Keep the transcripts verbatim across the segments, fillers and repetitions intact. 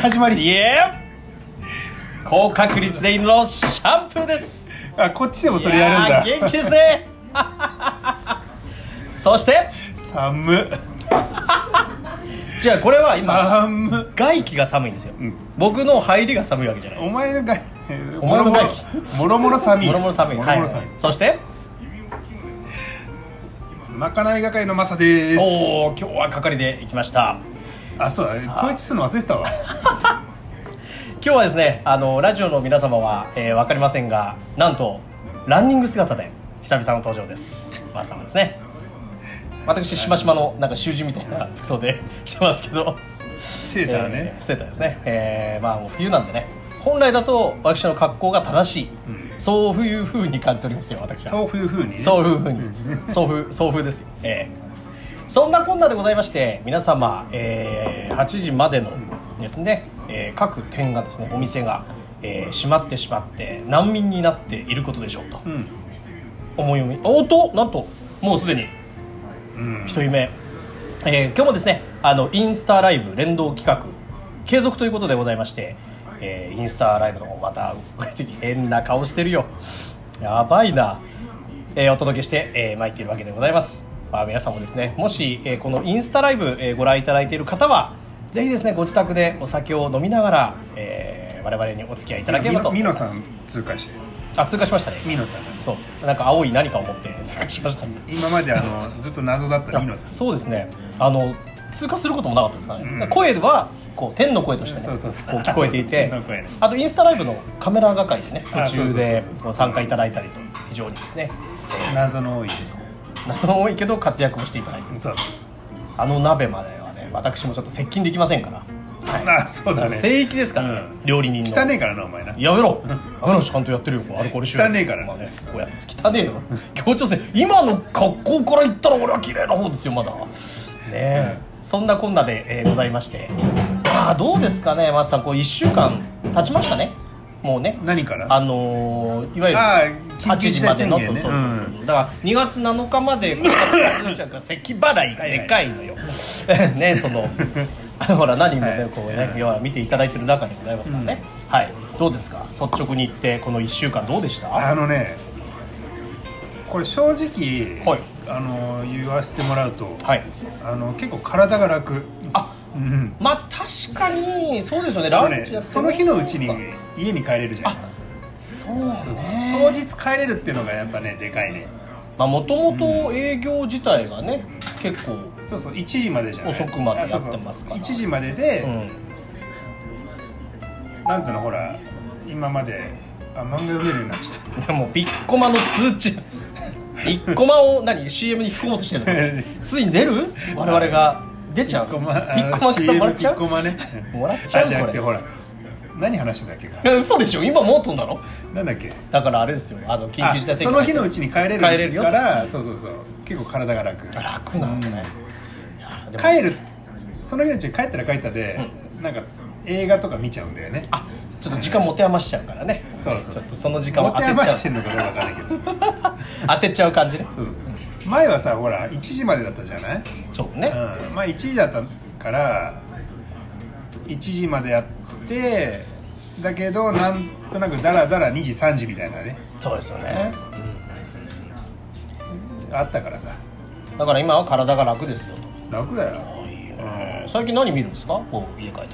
始まり。 いえ高確率で犬のシャンプーです。 あ、こっちでもそれやるんだ。 いや元気ですねそして寒じゃあこれは今寒外気が寒いんですよ、うん、僕の入りが寒いわけじゃないです。 お前の外お前の外気もろもろ寒いもろもろ寒い、はいはい、そしてまかない係のマサです。 おお、今日は係で行きました。 あ、そうだね、統一するの忘れてたわ今日はですね、あのラジオの皆様は、えー、分かりませんが、なんとランニング姿で久々の登場です。マサさんですね。私しましまのなんか習字みたいな服装で来てますけど、 セーターね、 えー、セーターですね、えー、まあもう冬なんでね、本来だと私の格好が正しい、うん、そういう風に感じておりますよ、私は。 そういう風にね、 そういう風にそう風そう風ですよ、えー、そんなこんなでございまして、皆様、えー、はちじまでのですね、えー、各店がですね、お店が、えー、閉まってしまって難民になっていることでしょうと、うん、思い読み。おっと、なんともうすでに一人目、えー、今日もですね、あのインスタライブ連動企画継続ということでございまして、えー、インスタライブの方また変な顔してるよ、やばいな、えー、お届けしてまい、えー、っているわけでございます。まあ、皆さんもですね、もし、えー、このインスタライブ、えー、ご覧いただいている方はぜひですね、ご自宅でお酒を飲みながら、えー、我々にお付き合いいただければと思います。 ミノさん通過して、 あ、通過しましたね。 ミノさん、 そうなんか青い何かを持って通過しました、ね、 今まであのずっと謎だったミノさん。 そうですね、あの通過することもなかったですからね、 うん、 声はこう天の声として、ね、 そうそうそう、 こう聞こえていて、ね、あとインスタライブのカメラ係でね、途中でご参加いただいたりと、非常にですね、 えー、謎の多いです謎の多いけど活躍もしていただいてる。 そうそう、 あの鍋まではね、私もちょっと接近できませんから、 はい、あ、そうだね、 聖域ですからね、うん、料理人の。 汚ねえからな、お前な。 やめろやめろ、ちゃんとやってるよ、アルコール臭。 汚ねえから、 まあね、こうやって汚ねえの強調せ、今の格好から言ったら俺は綺麗な方ですよ、まだねえ、うん、そんなこんなで、えー、ございまして、まあどうですかね、マスさん、こういっしゅうかん経ちましたね、もうね。 何からあのー、いわゆるはちじまでの、ね、そうそうそう、うん、だからにがつなのかまで咳払いがでかいのよね、そのほら何人もね、こうね、要は見ていただいてる中でございますからね、うん、はい、どうですか、率直に言ってこのいっしゅうかんどうでした？ あのね、これ正直、はい、あの言わせてもらうと、はい、あの結構体が楽。 あ、うん、まあ確かにそうですよね。ランチ、 ね、その日のうちに家に帰れるじゃん。あ、 そうね、 当日帰れるっていうのがやっぱね、でかいね。 まあもともと営業自体がね、うん、結構そうそう、いちじまでじゃない、 遅くまでやってますから。 いちじまでで、うん、なんつうの、ほら今まで、あ、漫画読めるようになっちゃった。 もうビッコマの通知ビッコマを何 シーエム に吹き込もうとしてるのついに出る、我々が出ちゃう、 ピッコマ、 ピッコマからもらっちゃう、 ピッコマね、 もらっちゃう。 じゃなくて、ほら何話してたっけか。 嘘でしょ、今もう飛んだの。 なんだっけ、 だからあれですよ、あの緊急事態宣言、 その日のうちに帰れる帰れるよから、そうそうそう、結構体が楽。 楽なんだね、 うん、帰る、その日のうちに帰ったら帰ったで、うん、なんか映画とか見ちゃうんだよね。 あ、ちょっと時間持て余しちゃうからね、うん、 そうそう、 ちょっとその時間を当てちゃう、 持て余してんのかどうかわかんないけど当てちゃう感じね。そう、 うん、前はさ、ほらいちじまでだったじゃない。 そうね、 うん、まあいちじだったからいちじまでやって、だけどなんとなくダラダラにじさんじみたいなね。 そうですよね、 うん、あったからさ。 だから今は体が楽ですよと。 楽だよ、 うん、最近何見るんですか、こう家帰ってから。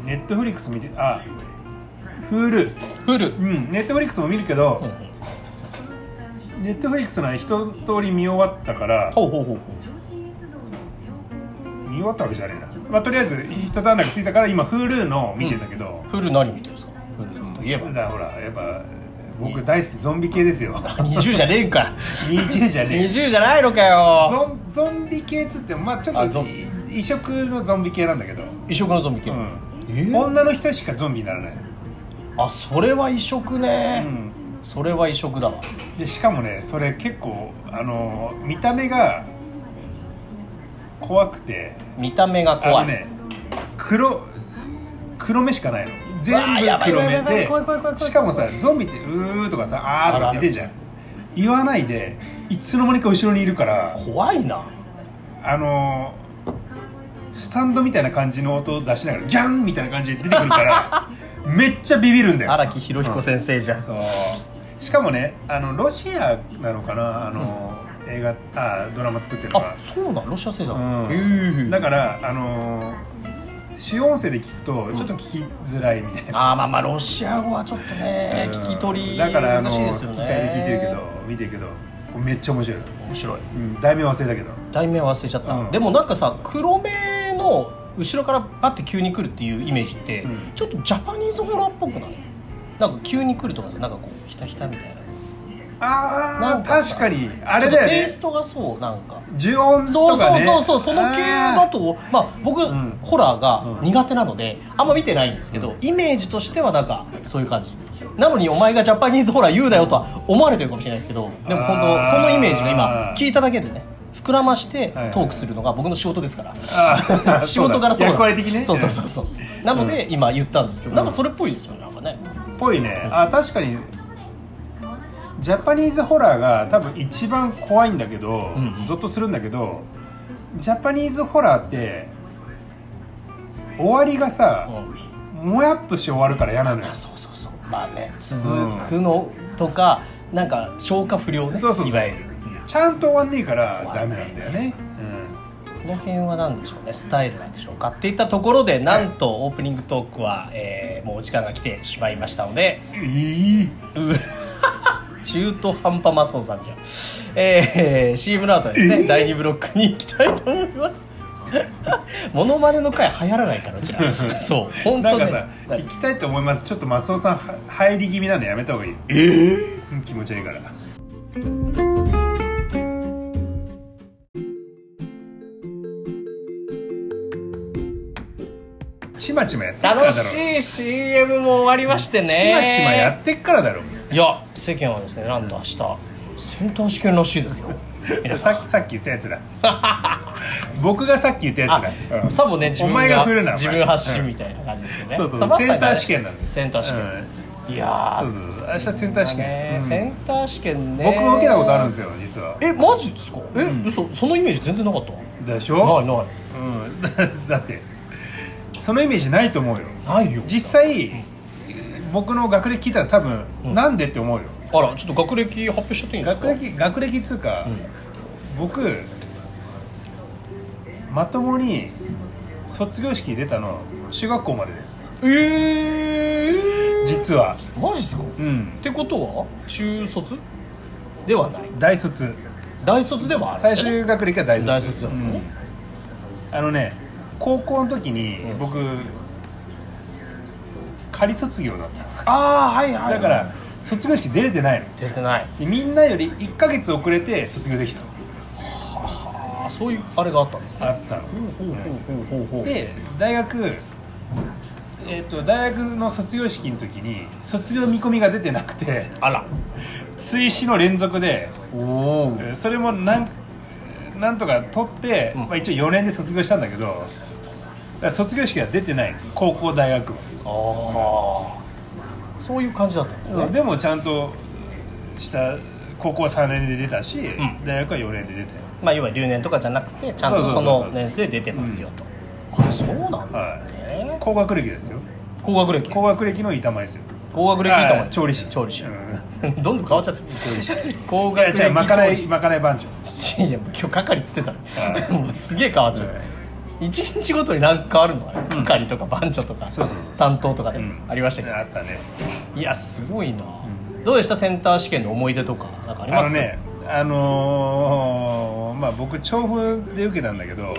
ネットフリックス見て、あ、フールフール、 うん、ネットフリックスも見るけど、うん、ネットフリックスの一通り見終わったから、 ほうほうほうほう、 見終わったわけじゃねえな、まあ、とりあえず一段落ついたから今 Hulu の見てんだけど、 うん、Hulu 何見てるんですか。 Hulu といえばだ、ほらやっぱ僕大好きゾンビ系ですよ。 にじゅうじゃねえんかにじゅうじゃねえにじゅうじゃないのかよ。 ゾン、ゾンビ系っつっても、まあちょっと異色のゾンビ系なんだけど。 異色のゾンビ系、うん、 えー、女の人しかゾンビにならない。 あ、それは異色ね、うん、それは異色だわ。 でしかもね、それ結構あの見た目が怖くて、 見た目が怖い、あのね、 黒黒目しかないの、全部黒目で、しかもさ、ゾンビってうーとかさ、あーとか出てんじゃん。言わないでいつの間にか後ろにいるから怖いな。 あのスタンドみたいな感じの音を出しながらギャンみたいな感じで出てくるからめっちゃビビるんだよ。 荒木博彦先生じゃん、うん、 そうしかもねあのロシアなのかなあの、うん、映画あドラマ作ってるのがあそうなんロシア製だ、うんえー、だからあの主音声で聞くとちょっと聞きづらいみたいな、うん、 あまあまあロシア語はちょっとね、うん、聞き取り難しいですよね。 だからあの機械で聞いてるけど見てるけどめっちゃ面白い面白い、 うん、題名忘れたけど題名忘れちゃった、うん、でもなんかさ黒目の後ろからパッて急に来るっていうイメージって、うん、ちょっとジャパニーズホラーっぽくない？なんか急に来るとかなんかこうひたひたみたいなああ確かにあれだよねテイストがそうなんか呪音とかねそうそうそうそうその系だとまあ僕、うん、ホラーが苦手なので、うん、あんま見てないんですけど、うん、イメージとしてはなんかそういう感じなのにお前がジャパニーズホラー言うなよとは思われてるかもしれないですけどでも本当そのイメージが今聞いただけでね膨らましてトークするのが僕の仕事ですから仕事柄そう役割的ねそうそうそうそうなので今言ったんですけど、うん、なんかそれっぽいですよねなんかねぽいね、うん、あ確かにジャパニーズホラーが多分一番怖いんだけど、うんうん、ゾッとするんだけどジャパニーズホラーって終わりがさ、うん、もやっとして終わるから嫌なのよ。 そうそうそうまあね続くのとか、うん、なんか消化不良ねそうそうそういわゆるちゃんと終わんねえからダメなんだよね、 うん、この辺は何でしょうねスタイルなんでしょうかっていったところでなんとオープニングトークは、えー、もうお時間が来てしまいましたのでえー、 中途半端マスオさんじゃん、えー、シーエム の後はですね、えー、だいにブロックに行きたいと思いますモノマネの回流行らないからうちらそう本当ねなんかさ行きたいと思いますちょっとマスオさん入り気味なのやめた方がいいえー、 気持ち悪いからちまちまやってっからだろ楽しい シーエム も終わりましてねちまちまやってっからだろいや世間はですねなんと明日センター試験らしいですよさ, さっき言ったやつだ僕がさっき言ったやつだ、 うん、さもね自分がお前が振るな自分発信みたいな感じですよね、 うん、そうそうセンター試験なんですセンター試験、うん、いやそうそうそう明日センター試験、 ねうん、センター試験ね僕も受けたことあるんですよ実はえマジですかえ、うん、そ, そのイメージ全然なかったでしょないない、 うん、だ, だってそのイメージないと思うよないよ実際、うん、僕の学歴聞いたら多分、うん、なんでって思うよあらちょっと学歴発表しちゃっていいんですか学歴学歴っつうか、うん、僕まともに卒業式出たの中学校まででえー、 実はマジっすか、うん、ってことは中卒ではない大卒大卒ではある、 ね、最終学歴は大卒大卒だもんね、 うん、あのね高校の時に僕、うん、仮卒業だったああはいはい、はい、 だから卒業式出れてないの出れてないみんなよりいっかげつ遅れて卒業できたはあそういうあれがあったんですねあったので大学えー、と大学の卒業式の時に卒業見込みが出てなくてあら追試の連続でおそれもなんなんとか取って、うんまあ、一応よねんで卒業したんだけどだから卒業式は出てない高校大学はああそういう感じだったんですねでもちゃんとした高校はさんねんで出たし、うん、大学はよねんで出てまあ要は留年とかじゃなくてちゃんとその年数で出てますよと、うん、そうなんですね、はい、 高学歴ですよ高学歴高学歴の板前ですよ高学歴板前調理師調理師、うん、どんどん変わっちゃって調理師高学歴まかないまかない番長いや今日係っつってたのすげえ変わっちゃう、はい一日ごとに何か変わるのかね、うん、係とか番長とかそうそうそう担当とかでもありましたけど、 うん、あったねいやすごいな、うん、どうでしたセンター試験の思い出とかなんかあります？ あのねあのー、まあ僕調布で受けたんだけど、はい、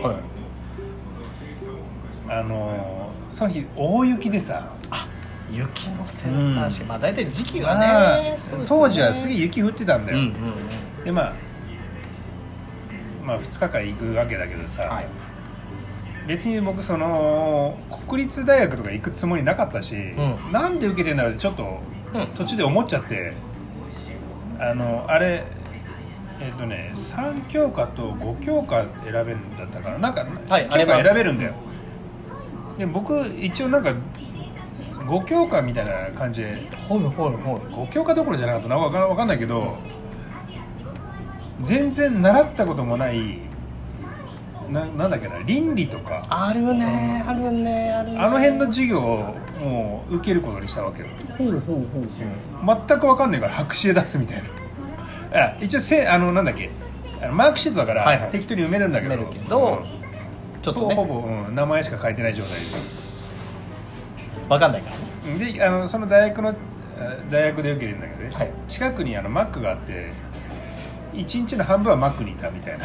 あのー、その日大雪でさあ雪のセンター試験、うん、まあ大体時期がね、 まあ、当時はすげえ雪降ってたんだよ、うんうんうん、でまあまあふつかかん行くわけだけどさ、はい別に僕その国立大学とか行くつもりなかったし、うん、なんで受けてんだろうってちょっと途中で思っちゃって、うん、あのあれえっ、ー、とねさん教科とご教科選べるんだったかななんか、はい、教科選べるんだよで僕一応なんかご教科みたいな感じでほいほいほいご教科どころじゃなかったな分かん、分かんないけど全然習ったこともないな, なんだっけな倫理とかあるねあるねあるねあの辺の授業をもう受けることにしたわけよ。 ほうほうほう、うん、 全く分かんないから白紙で出すみたいな。あ一応せあのなんだっけあのマークシートだから、はいはい、適当に埋めるんだけど、 埋めるけど、うん、ちょっとねほぼ、うん、名前しか書いてない状態です分かんないからね。であのその大学の大学で受けるんだけどね、はい、近くにあのマックがあっていちにちの半分はマックにいたみたいな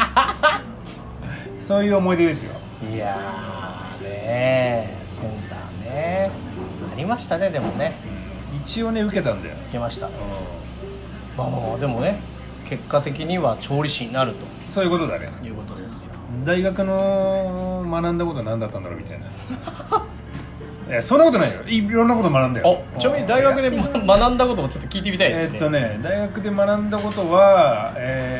そういう思い出ですよ。 いやーねセンターねありましたね。でもね一応ね受けたんだよ。 受けました、うん、まあまあでもね結果的には調理師になるとそういうことだね。 いうことですよ。 大学の学んだことは何だったんだろうみたいないやそんなことないよ。いろんなこと学んだよ。 ちなみに大学で学んだこともちょっと聞いてみたいですね。 えーっとね大学で学んだことは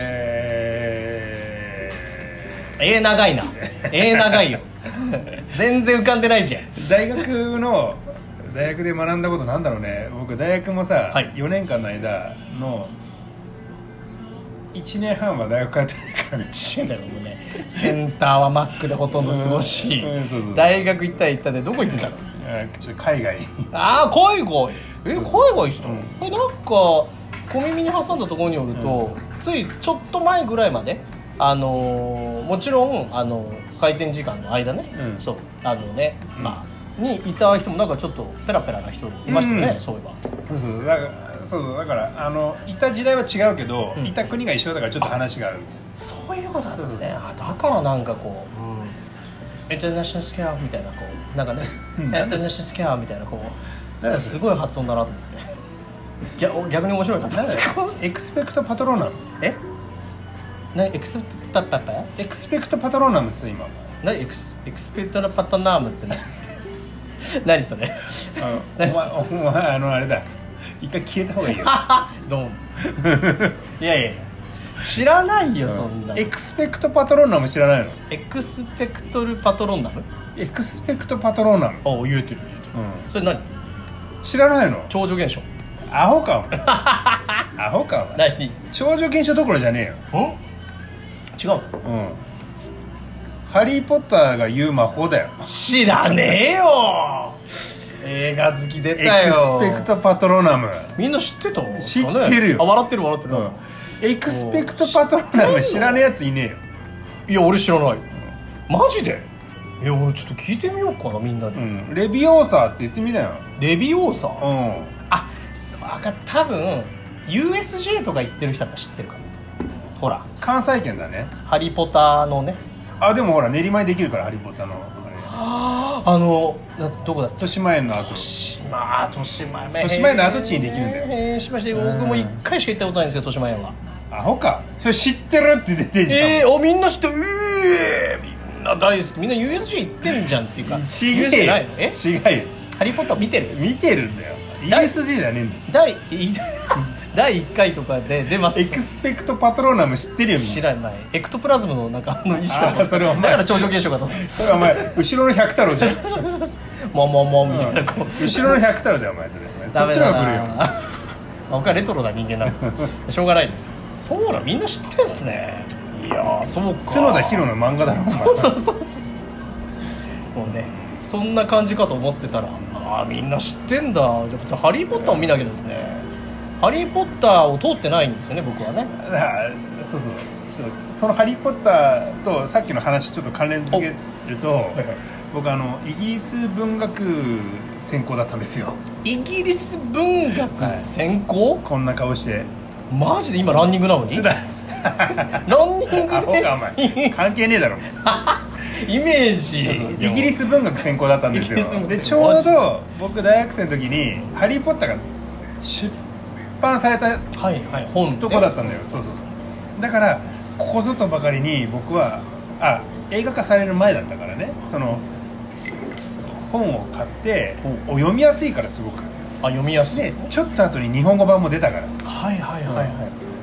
えー、えー、長いなえー、長いよ全然浮かんでないじゃん。 大学の大学で学んだことなんだろうね。僕大学もさ、はい、よねんかんの間のいちねんはんは大学通ってないからね。 一緒だよもうねセンターはマックでほとんど過ごし、うんうん、そうそう大学行ったら行ったでどこ行ってたの。 ちょっと海外ああ海外え海外したの、うん、えなんか小耳に挟んだところによると、うん、ついちょっと前ぐらいまであのー、もちろんあの開店時間の間ね、うん、そうあのね、うん、まあにいた人もなんかちょっとペラペラな人いましたよね、うん、そういえばそうそうだからそうそうだからあのいた時代は違うけど、うん、いた国が一緒だからちょっと話がある。 そういうことなんですね。あだからなんかこう、うん、インターナショナルスケアみたいなこうなんかねインターナショナルスケアみたいなこうなんかすごい発音だなと思って逆, 逆に面白いなと思ってエクスペクトパトローナムえ何エクスペクトパパパエクスペクトパトローナムって今何エクスエクスペクトパトナームって何何それあのお前お前あのあれだ一回消えた方がいいよどうもいやいや知らないよ、うん、そんなエクスペクトパトローナム知らないの。 エクスペクトルパトローナムエクスペクトパトローナムあ言えてる、うん、それ何知らないの。 超常現象アホかアホか何超常現象どころじゃねえよ。 ん違ううんハリーポッターが言う魔法だよ。 知らねえよ映画好き出たよ。 エクスペクトパトローナムみんな知ってた。 知ってるよ。 あ笑ってる笑ってる、うん、 エクスペクトパトローナム知らねえやついねえよ。 いや俺知らない、うん、マジで。いや俺ちょっと聞いてみようかなみんなで、うん、 レビオーサーって言ってみなよ。 レビオーサー、 うん、 あ多分 ユーエスジェー とか言ってる人だったら知ってるかも。ほら関西圏だね。 ハリポタのね。 あでもほら練馬できるからハリポタのああのどこだっけ。 豊島園の後。 豊島豊島園豊島園の跡地にできるんだよ。 へえしまして僕もいっかいしか行ったことないんですけど豊島園は。 アホかそれ知ってるって出てんじゃん。 えー、おみんな知ってる。えー、みんな大好き。みんな ユーエスジェー 行ってんじゃんっていうか。 違うよ。え違うよ。 ハリーポッター見てる見てるんだよ。ユーエスジー じゃねえんだよ。 だいいっかいとかで出ます。 エクスペクトパトローナム知ってるよみんな。 知らない。エクトプラズムの中の意識がそれお前だから超常現象かと思って。 それお前後ろの百太郎じゃん。 もんもんもんみたいなこう後ろの百太郎だよお前それ。 ダメだな。そっちの方が来るよ。僕はレトロな人間なの。しょうがないです。そうなみんな知ってんすね。いやそうか。 角田博の漫画だろ。 そうそうそうそうそう。もうねそんな感じかと思ってたらあみんな知ってんだ。じゃあハリーポッターを見なきゃですね。ハリーポッターを通ってないんですよね僕はね。 そうそうちょっとそのハリーポッターとさっきの話ちょっと関連付けると、はいはい、僕あのイギリス文学専攻だったんですよ。 イギリス文学専攻、 はい、こんな顔してマジで今ランニングなのにランニングでアホかお前関係ねえだろイメージイギリス文学専攻だったんですよ。でちょうど僕大学生の時にハリーポッターが出版された、 はいはい、本とこだったんだよ。そうそうそうだからここぞとばかりに僕はあ映画化される前だったからねその本を買って読みやすいからすごくあ読みやすいでちょっと後に日本語版も出たからはいはいはいはい、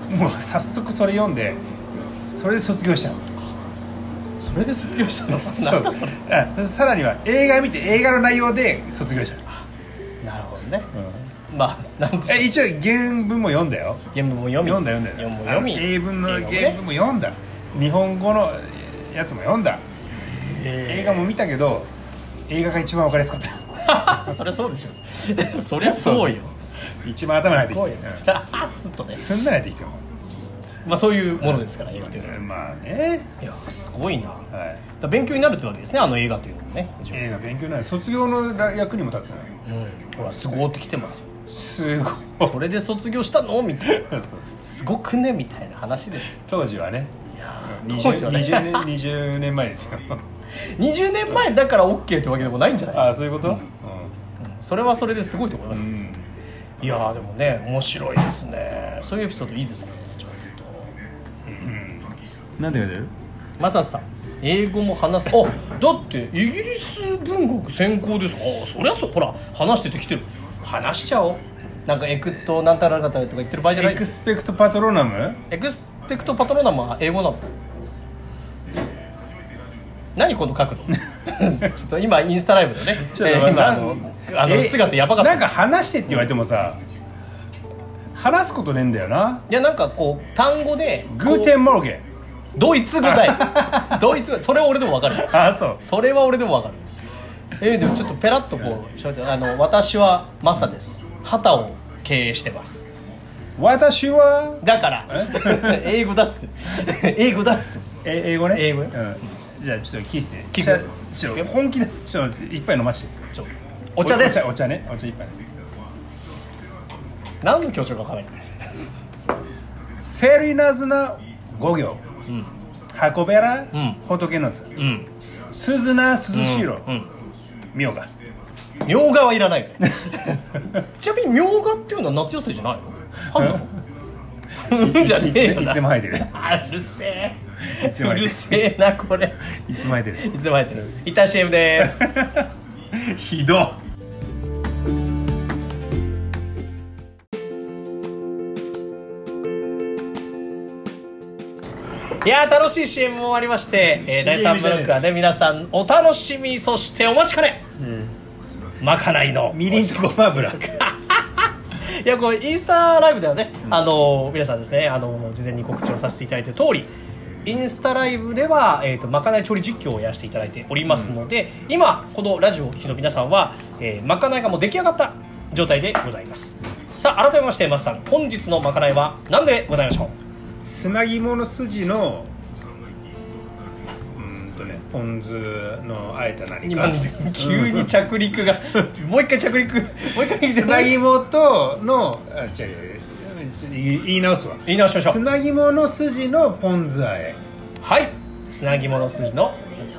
うん、もう早速それ読んでそれで卒業したの。 それで卒業したのそうそれあさらには映画見て映画の内容で卒業した。 なるほどね、うん、まあなんでしょう一応原文も読んだよ。 原文も読み読んだ読んだ読んだ読み英文の原文も読んだ、ね、日本語のやつも読んだ、映画も見たけど映画が一番分かりやすかったそりゃそうでしょそりゃそうよ一番頭に入ってきてすっとねすんなり入ってきてもまあそういうものですから映画というのは、 まあねいやすごいな、 はい、 だ勉強になるってわけですねあの映画というのもね映画勉強になる卒業の役にも立つのよ、 うん、ほらすごってきてますよすごいそれで卒業したのみたいなすごくねみたいな話ですよ当時はねいや当時はねにじゅうねんにじゅうねんまえですよにじゅうねんまえだから OK ってわけでもないんじゃない？ ああそういうこと、うんうん、 それはそれですごいと思いますよ、うん、いやでもね面白いですねそういうエピソードいいですねちょっと、 うん、なんでやるマサさん英語も話すあだってイギリス文学専攻ですあそりゃそうほら話しててきてる話しちゃおうなんかエクトなんたらかたとか言ってる場合じゃないですエクスペクトパトロナムエクスペクトパトロナムは英語なの何この角度ちょっと今インスタライブでねちょっと、えー、今あのあの姿やばかったなんか話してって言われてもさ、うん、話すことねえんだよないやなんかこう単語でグーテンモルゲンドイツ語だよドイツ語それは俺でも分かるあそうそれは俺でも分かるえー、でもちょっとペラッとこうあの私はマサです旗を経営してます私はだから英語だっつって英語だっつってえ英語ね英語よ、 うんじゃあちょっと聞いて聞いてちょっと本気ですちょっと一杯飲ましてちょお茶ですお茶ねお茶一杯何の強調か分からないセリナズナ五行、うん、箱べら、うん、仏の図、うん、鈴名涼しろ、うんうん、みょうがみょうがはいらないちなみにみょうがっていうのは夏野菜じゃないの春なのじゃねえよないつも生えてるあるせえうるせえなこれいつも生えてるいつも生えてるいた シーエム ですひどいや楽しい シーエム も終わりまして、えー、だいさんブロックはね皆さんお楽しみそしてお待ちかね、うん、まかないのみりんとごま油いやこれインスタライブではね、うん、あの皆さんですねあの事前に告知をさせていただいている通りインスタライブでは、えーと、まかない調理実況をやらせていただいておりますので、うん、今このラジオをお聞きの皆さんは、えー、まかないがもう出来上がった状態でございます。さあ改めましてマスさん本日のまかないは何でございましょう？ 砂肝の筋のうんとねポン酢のあえた何か急に着陸がもう一回着陸もう一回砂肝とのあ違う言い直すわ言い直しましょう砂肝の筋のポン酢あえはい砂肝の筋の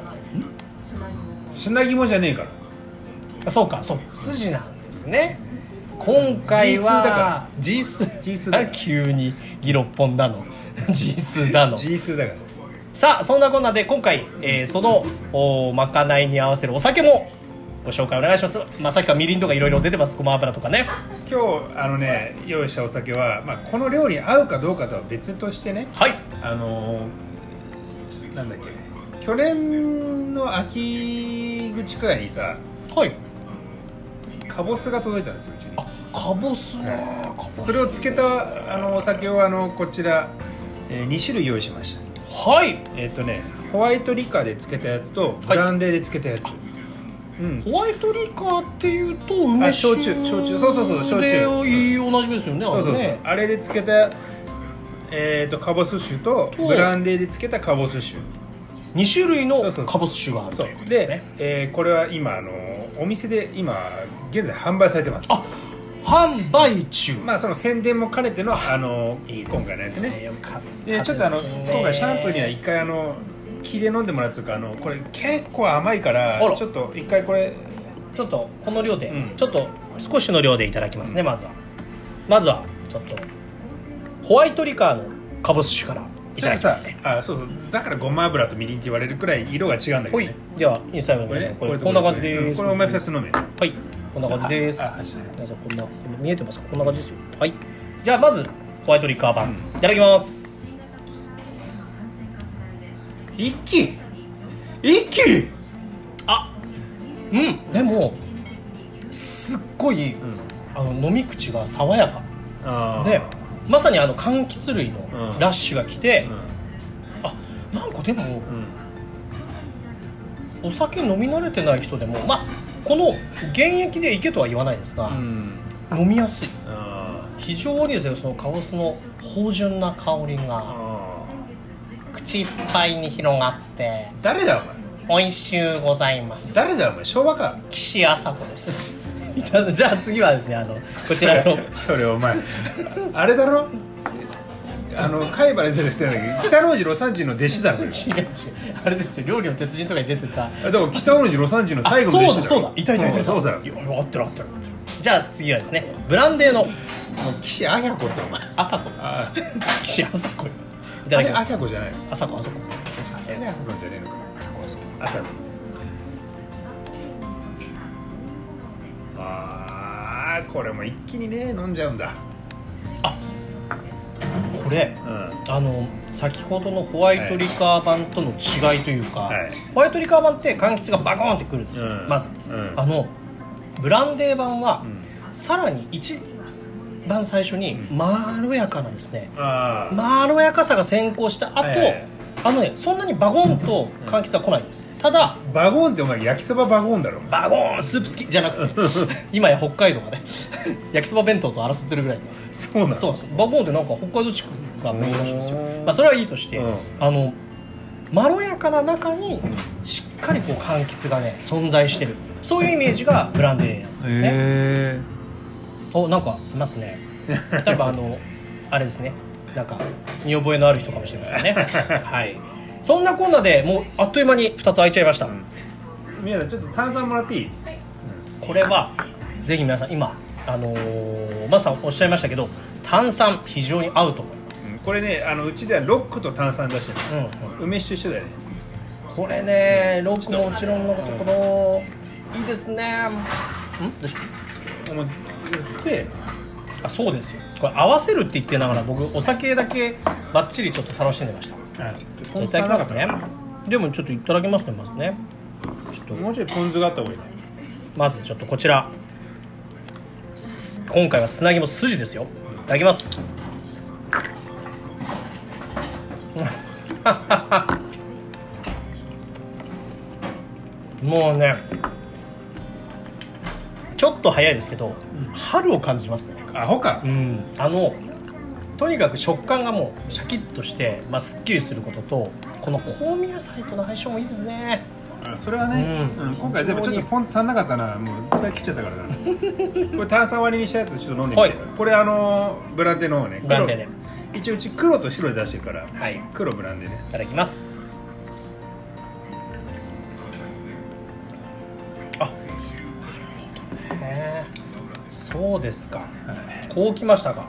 砂肝じゃねえからあそうかそう筋なんですね今回は G 数 G 数だ急にギロッポンだの G 数だの G 数だからさあそんなこんなで今回、えー、そのおまかないに合わせるお酒もご紹介お願いします、まあ、さっきからみりんとかいろいろ出てますごま油とかね今日あのね用意したお酒は、まあ、この料理に合うかどうかとは別としてねはいあのー、なんだっけ去年の秋口くらいにさはいカボスが届いたんですようちにあカボスねそれをつけたあのお酒をあのこちら、えー、に種類用意しましたはいえっ、ー、とねホワイトリカーでつけたやつとブランデーでつけたやつ、はいうん、ホワイトリカーっていうと梅酒焼酎焼酎そうそうそう焼酎同じですよねそうそうそう、ね、あれでつけた、えー、とカボス酒とブランデーでつけたカボス酒に種類のカボス酒があるということですねで、えー、これは今あのお店で今現在販売されてますあ販売中まあその宣伝も兼ねてのあのいい今回のやつねよかったでちょっとあの今回シャンプーには一回あの木で飲んでもらうというかあのこれ結構甘いからちょっと一回これちょっとこの量で、うん、ちょっと少しの量でいただきますね、うん、まずはまずはちょっとホワイトリカーのカボス酒からいただきますねあそうそうだからごま油とみりんって言われるくらい色が違うんだけどねではインスタイルの皆さんこれこんな感じです、 これお前ふたつ飲めはいこんな感じです皆さんこんな見えてますかこんな感じですよはいじゃあまずホワイトリカー版、うん、いただきます一気一気あうんでもすっごい、うん、あの飲み口が爽やかでまさにあの柑橘類のラッシュが来て、うん、あなんかでも、うん、 お酒飲み慣れてない人でも、まあこの原液でいけとは言わないですが、うん、飲みやすい。非常にですね、そのかぼすの芳醇な香りが口いっぱいに広がって。 誰だお前。 美味しゅうございます。 誰だお前、昭和か。 岸朝子ですじゃあ次はですね、あのこちらのそれ、それお前あれだろ、あの貝原先生してないけど北大路魯山人の弟子だろ。違う違う、 あれですよ、料理の鉄人とかに出てた。 だから北大路魯山人の最後の弟子だろ。 そうだそうだ、いたいたいたいた、 そうだよ、 合ってる合ってる。じゃあ次はですね、ブランデーの岸あや子ってお前。 朝子。岸朝子。いただきます。 あや子じゃないの。 朝子朝子。 あや子さんじゃねえのか。朝子。ああ、これも一気にね飲んじゃうんだ。 あ、これ、うん、あの先ほどのホワイトリカー版との違いというか、はい、ホワイトリカー版って柑橘がバコーンってくるんですよ、うん、まず、うん、あのブランデー版は、うん、さらに一番最初にまろやかなですね、うん、まろやかさが先行した後、はいはい、あのね、そんなにバゴンと柑橘は来ないんです。ただバゴンってお前焼きそばバゴンだろ。 バゴンスープ付きじゃなくて今や北海道がね焼きそば弁当と争ってるぐらい。 そうなんです。 そうなんです。バゴンってなんか北海道地区がメインらしいんですよ。まあそれはいいとして、うん、あのまろやかな中にしっかりこう柑橘がね存在してる、そういうイメージがブランデーなんですね。へー。お、なんかいますね。例えばあのあれですね、なんか見覚えのある人かもしれませんねはい、そんなこんなでもうあっという間にふたつ開いちゃいました。 皆さんちょっと炭酸もらっていい？ これはぜひ皆さん今あのー、マスターおっしゃいましたけど、炭酸非常に合うと思います、 うん、これね、あのうちではロックと炭酸出してる、うんうん、梅酒と一緒だよね。 これね、ロックももちろんのところ、うん、いいですね。んどうしよう、もう食え。あ、そうですよ、これ合わせるって言ってながら僕お酒だけバッチリちょっと楽しんでました、はい、じゃいただきますね。でもちょっといただきますね。まずね、 ちょっともうちょいポン酢があった方がいいな。 まずちょっとこちら、今回は砂肝筋ですよ。いただきますもうね、ちょっと早いですけど、うん、春を感じますね。 アホか、 うん、あのとにかく食感がもうシャキッとして、まあ、すっきりすることと、この香味野菜との相性もいいですね。 あ、それはね、うんうん、今回でもちょっとポン酢足んなかったな、もう使い切っちゃったからなこれ炭酸割りにしたやつちょっと飲んでみて、はい、これあのブランデーの方ね、 ブランデーで一応うち黒と白で出してるから、 はい、 黒ブランデーね。 いただきます。あ、なるほどね、そうですか、はい、こうきましたか。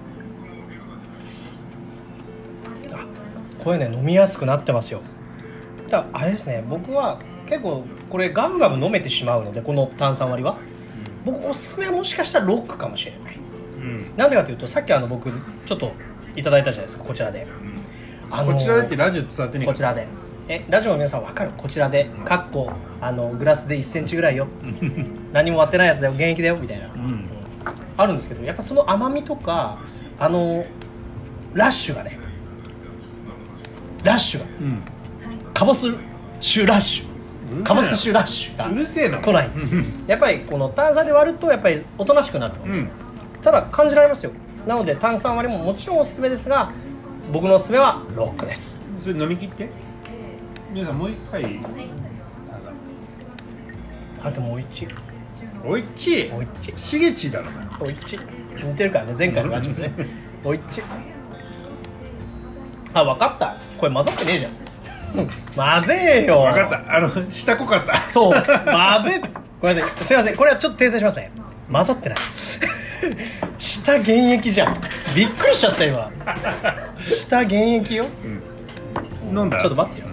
あ、これね飲みやすくなってますよ。だあれですね、僕は結構これガブガブ飲めてしまうので、この炭酸割りは、うん、僕おすすめはもしかしたらロックかもしれない、うん、なんでかというと、さっきあの僕ちょっといただいたじゃないですか、こちらで、 うん、あのー、こちらでってラジオ伝わってねえか。 こちらでえラジオの皆さん分かる？こちらでかっこあのグラスでいっセンチぐらいよ何も割ってないやつだよ、現役だよみたいな、うんうん、あるんですけど、やっぱその甘みとかあのラッシュがね、ラッシュが、うん、カボスシュラッシュ、カボスシュラッシュがうるせえな来ないんですよやっぱりこの炭酸で割るとやっぱりおとなしくなるので、うん、ただ感じられますよ。なので炭酸割りももちろんおすすめですが、僕のおすすめはロックです。 それ飲み切って、皆さんもう一杯。 あ、でもおいちい、 おいちい、 おいちい、 しげちだろおいちい、似てるからね、前回のラジオねおいちい。あ、分かった、これ混ざってねえじゃん混ぜえよ。 分かった、あの下濃かった。 そう、混ぜごめんなさい、すいません、これはちょっと訂正しますね。混ざってない下原液じゃん。びっくりしちゃった今下原液よ、 うん、飲んだ。 ちょっと待ってよ、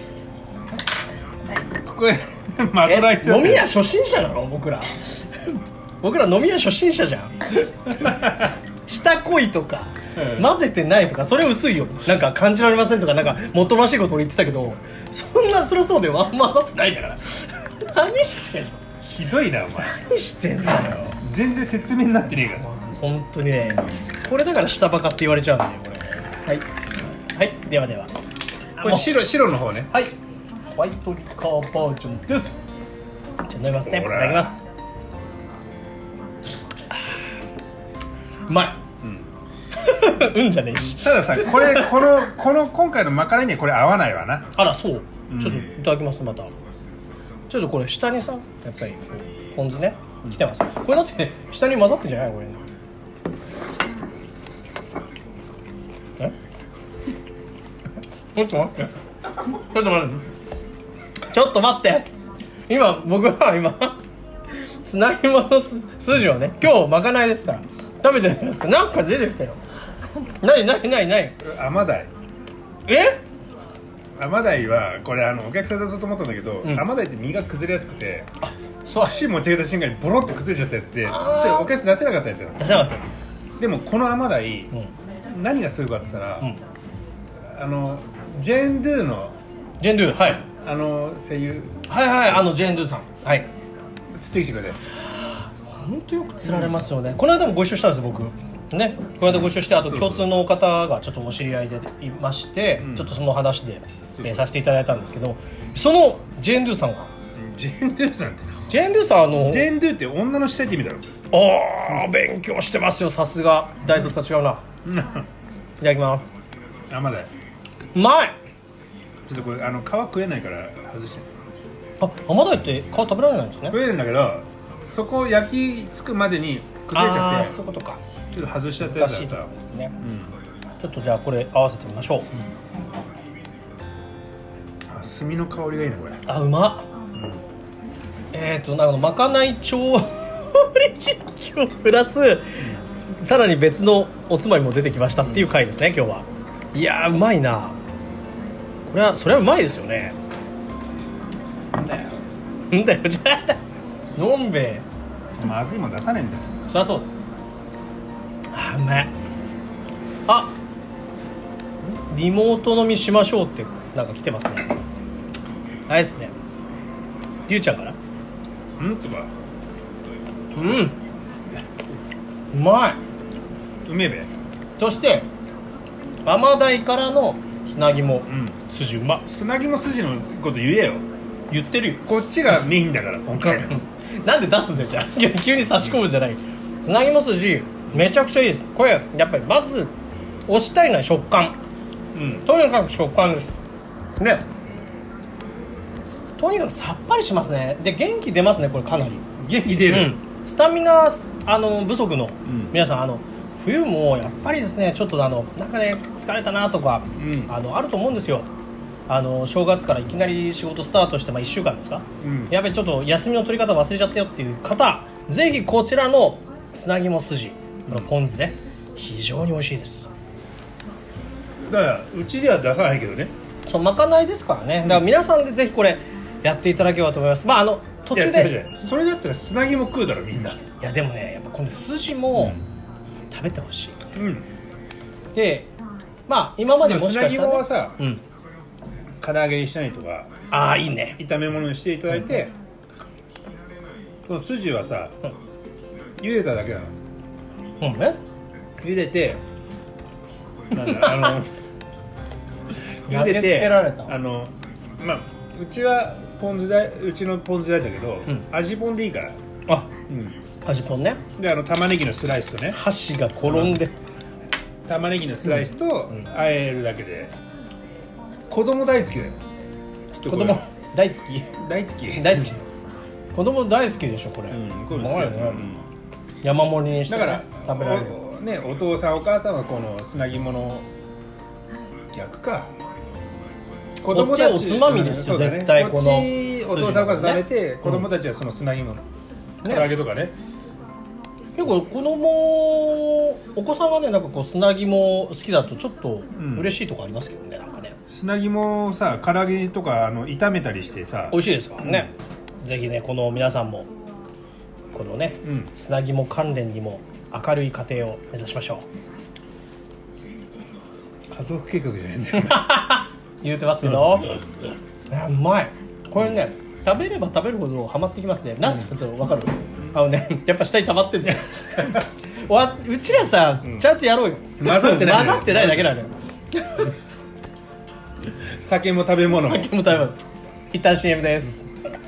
これマドライ飲み屋初心者なの僕ら僕ら飲み屋初心者じゃん下濃いとか混ぜてないとかそれ薄いよ、なんか感じられませんとか、なんかもっともらしいことを言ってたけど、そんなそりゃそうだよ、あんま混ざってないんだから何してんの。 ひどいなお前、 何してんだよ。 全然説明になってねえから、 本当にね、これだから下バカって言われちゃうんだよこれ。はいはい、ではでは、 これ白白の方ね。 はい、 ホワイトリカーバージョンです。じゃあ飲みますね。いただきます。うまい。うんうんじゃねえし。 たださ、これこのこの今回のマカロニにこれ合わないわな。 あら、そう、うん、ちょっといただきます。またちょっとこれ下にさ、やっぱりポン酢ね来てます。これだって下に混ざってんじゃないこれ。えちょっと待ってちょっと待ってちょっと待って今僕は今つなぎ物筋をね、今日まかないですから食べてるんですけど、なんか出てきたよ。なになになになに甘鯛。 え甘鯛はこれあのお客さんとずっと思ったんだけど、うん、甘鯛って身が崩れやすくて、あ、そう、足持ち上げた瞬間にボロって崩れちゃったやつで、お客さん出せなかったやつよ。 出せなかったやつ。でもこの甘鯛、うん、何がすごいかって言ったら、うん、あのジェーン・ドゥのジェーン・ドゥ、はい、 あの声優、 はいはい、あのジェーン・ドゥさん、はい、 釣ってきてくれたやつ。 本当よく釣られますよね、うん、この間もご一緒したんです僕ね、この間ご一緒して、あと共通の方がちょっとお知り合いでいまして、うん、ちょっとその話で、えー、させていただいたんですけど、そのジェーン・ドゥさんが、 ジェーン・ドゥさんってジェーン・ドゥさん、あのジェーン・ドゥって女の下って意味だろ。 ああ、勉強してますよ、さすが大卒は違うな。いただきます。 甘鯛うまい。 ちょっとこれあの皮食えないから外して。 あ、甘鯛って皮食べられないんですね。 食えるんだけど、そこ焼きつくまでに崩れちゃって、 あ、そういうことか。 ちょっと外しちゃって難しいところですね、うん、ちょっとじゃあこれ合わせてみましょう、うん、 あ、炭の香りがいいねこれ。 あ、うまっ、うん、えっ、ー、となんかまかない調理実況プラス、うん、さらに別のおつまみも出てきましたっていう回ですね、うん、今日は。いやー、うまいなこれは。それはうまいですよね。なんだよなんだよじゃあのんべえまずいもん出さねえんだよ。 そりゃそうだ。あ、うまい。あ、リモート飲みしましょうってなんか来てますね。あれですね、りゅうちゃんからうんとか、 うん、うまい。 うめえべ。 そして甘鯛からの砂肝、うん、筋うま。 砂肝筋のこと言えよ。 言ってるよ、 こっちがメインだから今回なんで出すんだよじゃあ急に差し込むじゃない。砂肝筋めちゃくちゃいいです。これやっぱりまず推したいのは食感、うん、とにかく食感ですね。とにかくさっぱりしますね。で元気出ますね、これかなり元気出る、うん、 スタミナあの不足の、うん、皆さん、あの冬もやっぱりですね、ちょっとあのなんかね疲れたなとか、うん、あのあると思うんですよ。あの正月からいきなり仕事スタートして、まあ、いっしゅうかんですか、うん、やっぱりちょっと休みの取り方忘れちゃったよっていう方、ぜひこちらの砂肝筋、このポン酢ね、非常に美味しいです。 だからうちでは出さないけどね、 そうまかないですからね。だから皆さんでぜひこれやっていただければと思います。まああの途中で、 いや違う違う、それだったら砂肝食うだろみんな。いやでもね、やっぱこの筋も食べてほしい、うん、で、まあ今までもしかしたら、ね、 砂肝はさ、うん、唐揚げにしたりとか、 ああいいね、 炒め物にしていただいて、うん、この筋はさ、うん、茹でただけなの。 うんね、 茹でて、なんだあの茹でて、あのまあうちはポン酢だ、うちのポン酢だったけど、うん、味ポンでいいから。 あ、うん、味ポンね。 であの玉ねぎのスライスとね、 箸が転んで、 玉ねぎのスライスと和えるだけで、うん、子供大好きだよ。 子供大好き大好き大好き子供大好きでしょこれ、 うん、これ好きだよね、うん、 山盛りにして、ね、 だから食べられるお、ね、お父さんお母さんはこの砂肝の逆か、 子供たちこっちはおつまみですよ、うんね、絶対このこっちお父さんお母さん食べて、ね、子供たちはその砂肝の唐揚げとかね、ね、 結構子供お子さんがねなんかこう砂肝好きだとちょっと嬉しいとこありますけどね、うん、なんかね砂肝さ唐揚げとかあの炒めたりしてさ美味しいですからね、うん、ぜひねこの皆さんもこのね、うん、砂肝関連にも明るい家庭を目指しましょう。家族計画じゃないんだよ言うてますけど、うん、うまいこれね、うん、食べれば食べるほどハマってきますね。なんてこと分かる、うん、あのねやっぱ下に溜まってんだようちらさ、うん、ちゃんとやろうよ。 混ざってない混ざってないだけなのよ酒も食べ物も酒も食べ物一旦 シーエム です。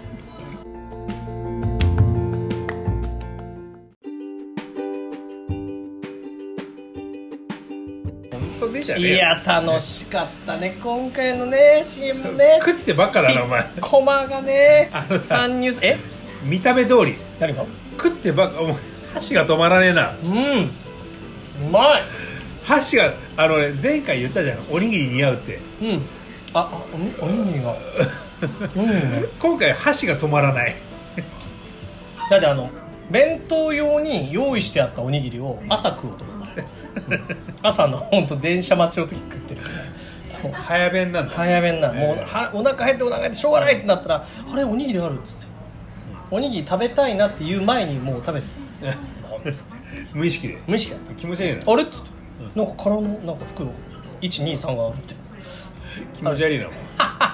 いや楽しかったね今回のね シーエム ね。 食ってばっかだなお前。 コマがねあのさ参入え見た目通り何が食ってばっかお前箸が止まらねえな。 うんうまい。 箸があの、ね、前回言ったじゃんおにぎり似合うって。 うんああおにおにぎりがうん、 今回箸が止まらない。 だってあの弁当用に用意してあったおにぎりを朝食おうと思った、うん、朝の本当電車待ちの時食ってるからそう早弁なんだ。 早弁な、 えー、 もうはお腹減ってお腹減ってしょうがないってなったらあれおにぎりあるっつって、うん、おにぎり食べたいなっていう前にもう食べてつって無意識で無意識だった気持ち悪いなあれっつって、うん、なんか空のなんか服をいちにさんがあるって気持ち悪いなもん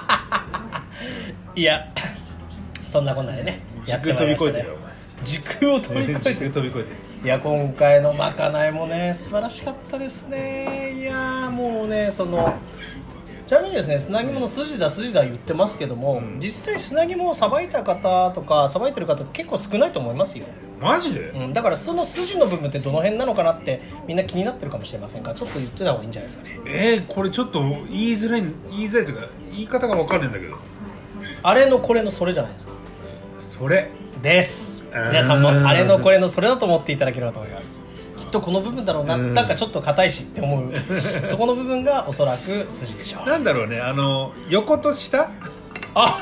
いやそんなこんなでね時空飛び越えてるよお前。 時空を飛び越えてる時空飛び越えてる。 いや今回のまかないもね素晴らしかったですね。いやもうねそのちなみにですね砂肝の筋だ筋だ言ってますけども、うん、実際砂肝をさばいた方とかさばいてる方って結構少ないと思いますよ。 マジで、 うん、だからその筋の部分ってどの辺なのかなってみんな気になってるかもしれませんがちょっと言ってた方がいいんじゃないですかね。 えー、これちょっと言いづらい言いづらいというか言い方が分かんないんだけどあれのこれのそれじゃないですか。 それです皆さんもあれのこれのそれだと思っていただければと思います。きっとこの部分だろうな、なんかちょっと硬いしって思うそこの部分がおそらく筋でしょう。 なんだろうねあの横と下あ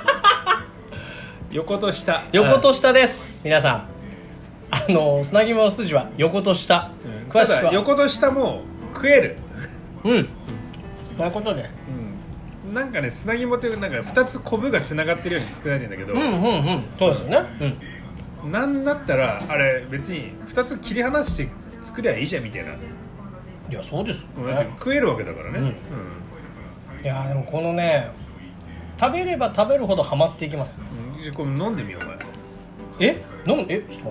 横と下横と下です、皆さんあの砂肝の筋は横と下、 うん、詳しくは横と下も食えるうんそういうことで、 うん、なんかね砂肝ってなんかふたつコブがつながってるように作られてるんだけどうんうんうんそうですよね、 うん、なんだったらあれ別にふたつ切り離して作りゃいいじゃんみたいな。 いやそうですよね、 だって食えるわけだからね、うんうん、 いやでもこのね食べれば食べるほどハマっていきますね、 うん、これ飲んでみようお前。 え飲むえちょっと待って、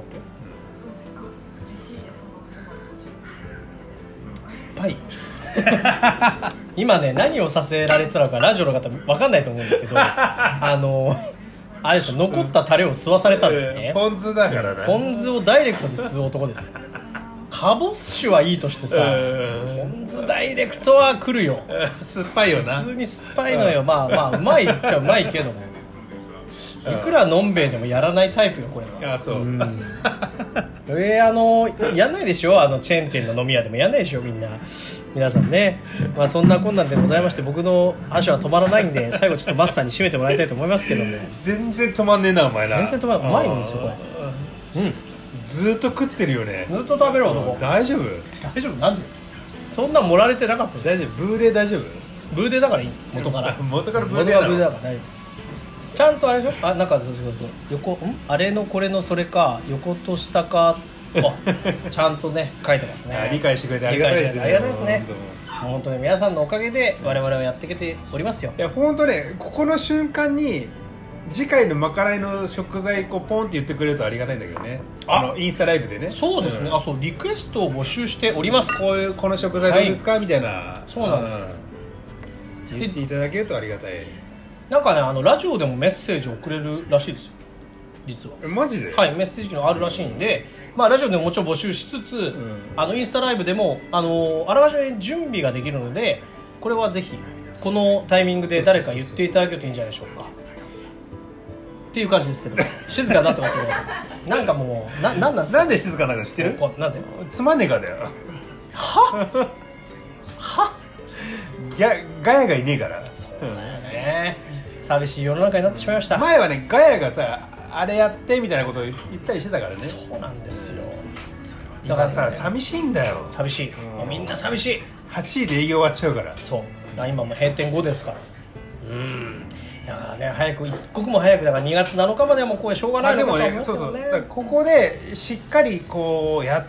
うん、酸っぱい今ね何をさせられてたのかラジオの方分かんないと思うんですけどあのあれですよ残ったタレを吸わされたんですね、 ポン酢だからね。 ポン酢をダイレクトで吸う男ですよ。カボッシュはいいとしてさ、ポン酢ダイレクトは来るよ。 酸っぱいよな。 普通に酸っぱいのよ。まあまあうまいっちゃうまいけども、いくらのんべえでもやらないタイプよこれは。 あそう。うん、 えー、あのやんないでしょあのチェーン店の飲み屋でもやんないでしょみんな。皆さんね、まあ、そんなこんなんでございまして僕の足は止まらないんで最後ちょっとマスターに締めてもらいたいと思いますけども全然止まんねえなお前な。 全然止まらない。うまいんですよこれ。うんずっと食ってるよね。 ずっと食べる男。 大丈夫大丈夫なんでそんなん盛られてなかったじゃん。 大丈夫ブーデー大丈夫ブーデーだからいい元から元からブーデーなの。 元からブーデーだから大丈夫。ちゃんとあれでしょあなんかそうそうそう横んあれのこれのそれか横と下かあちゃんとね書いてますね。 理解してくれてありがたいですね。 ありがたいですね。本当に皆さんのおかげで我々はやっていけておりますよ。 いや本当ねここの瞬間に次回のまかないの食材こうポンって言ってくれるとありがたいんだけどね。あのインスタライブでね。 そうですね、うん、あそうリクエストを募集しております。 こういうこの食材どうですか、はい、みたいな。 そうなんです、 うん、言っていただけるとありがたい。 なんかねあのラジオでもメッセージ送れるらしいですよ実は。 マジで？ はいメッセージがあるらしいんで、まあ、ラジオでももちろん募集しつつ、うん、あのインスタライブでもあのあらかじめ準備ができるのでこれはぜひこのタイミングで誰か言っていただけるといいんじゃないでしょうかっていう感じですけど静かになってますよ皆さん。なんかもうななんなんですか。 なんで静かなのか知ってる？ なんでつまんねえかだよ。 ははガガヤがいねえから。 そうだよね、うん、寂しい世の中になってしまいました。 前はねガヤがさあれやってみたいなことを言ったりしてたからね。 そうなんですよ。 だからさ、ね、寂しいんだよ。 寂しい、うん、もうみんな寂しい。 はちじで営業終わっちゃうから。 そう今も閉店後ですから。うんだからね早く一刻も早くだからにがつなのかまではもうこれしょうがないのかと思いますけどね。 そうそうここでしっかりこうやって、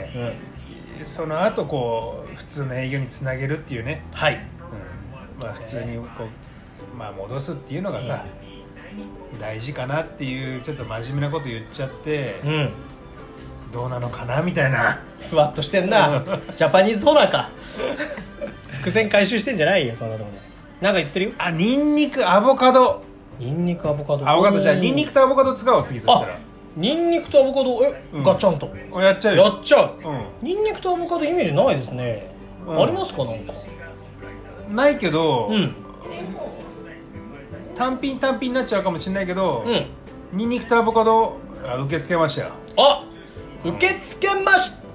うん、その後こう普通の営業につなげるっていうね。 はい、 うん、まあ普通にこう、まあ、戻すっていうのがさ、うん、大事かなっていうちょっと真面目なこと言っちゃって、うん、どうなのかなみたいなふわっとしてんなジャパニーズホラーか伏線回収してんじゃないよそんなところで。なんか言ってるよ。 あニンニクアボカドニンニクアボカド。 あ、分かった。じゃあニンニクとアボカド使おう次。そしたらニンニクとアボカド、え、うん、ガッチャンとやっちゃうよ。 やっちゃう、 うん、 ニンニクとアボカドイメージないですね、うん、ありますか？なんかないけど、 うん、 単品単品になっちゃうかもしれないけど、 うん、 ニンニクとアボカド受け付けましたよ。 あ、受け付けました。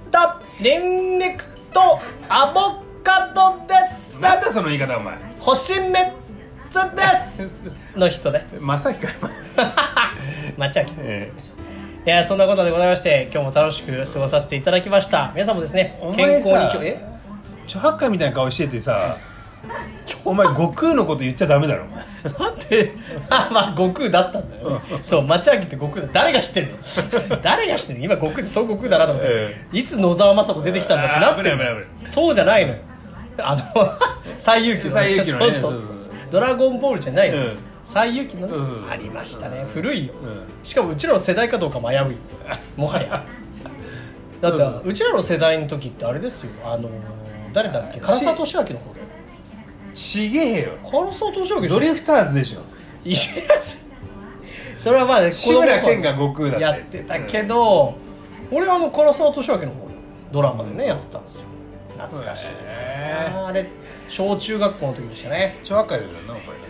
ニンニクとアボカドです。 なんだその言い方お前。 星めっつですの人ね。 まさきかよまちゃき、ええ、いや、そんなことでございまして、今日も楽しく過ごさせていただきました。皆さんもですね、健康にえ著白海みたいな顔しててさお前悟空のこと言っちゃダメだろなんであ、まあ悟空だったんだよ、ね、そう、町明って悟空だ。誰が知ってるの誰が知ってるの。今悟空ってそう悟空だなと思って、ええ、いつ野沢雅子出てきたんだってなってる。そうじゃないのよ。あの西遊記の西遊記のね、 そうそうそう、ドラゴンボールじゃないです、西遊記の、ね、そうそうそう、ありましたね。古いよ、うん、しかもうちらの世代かどうかも危ういもはやだってそうそうそう、うちらの世代の時ってあれですよ、あの誰だっけ、唐沢寿明の方で。 ちげえよ、 唐沢寿明ドリフターズでしょ。 いやそれはまあ志村けんが悟空だったやってたけど、うん、俺はあの唐沢寿明の方ドラマでね、うん、やってたんですよ。懐かしい、えー、あれ小中学校の時でしたね。 小学会だよなこ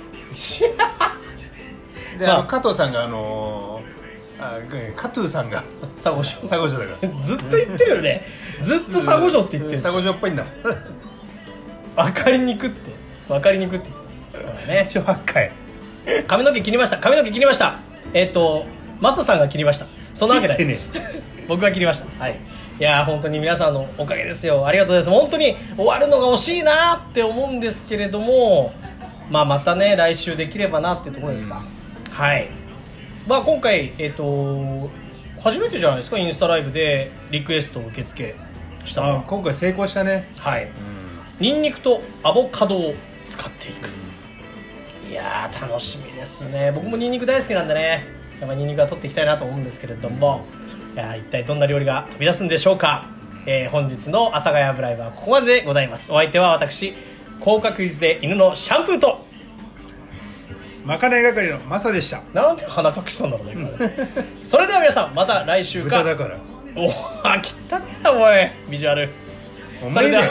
れで、まあ、あの加藤さんがあのー、あ加藤さんが佐護城佐護城だからずっと言ってるよねずっと佐護城って言ってるんですよ。 佐護城っぽいんだもん分かりにくって分かりにくって言ってますね。 小学会髪の毛切りました。髪の毛切りました。えっ、ー、とマサさんが切りました。そのわけで、ね、僕が切りました。はい。いや本当に皆さんのおかげですよ。ありがとうございます。本当に終わるのが惜しいなって思うんですけれども、まあ、またね来週できればなっていうところですか、うん、はい。まあ、今回、えー、と初めてじゃないですか、インスタライブでリクエストを受付したの。 あ、今回成功したね。 はい、うん、ニンニクとアボカドを使っていく、うん、いやー楽しみですね。僕もニンニク大好きなんでね、やっぱニンニクは取っていきたいなと思うんですけれども、いや一体どんな料理が飛び出すんでしょうか。えー、本日の阿佐ヶ谷ブライブはここまででございます。お相手は私、甲殻率で犬のシャンプーとまかない係のマサでした。 なんで鼻隠したんだろうね今ねそれでは皆さんまた来週か。 豚だからおお、あ、汚ねえなおいビジュアル。 おめえだよ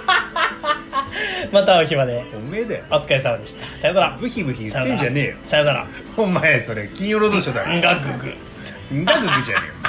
また会う日までおめえだよ。 お疲れ様でした。さよなら。 ブヒブヒ言ってんじゃねえよ。 さよなら。 お前それ金曜ロードショーだよ。 んがぐぐつってんがぐぐじゃねえよ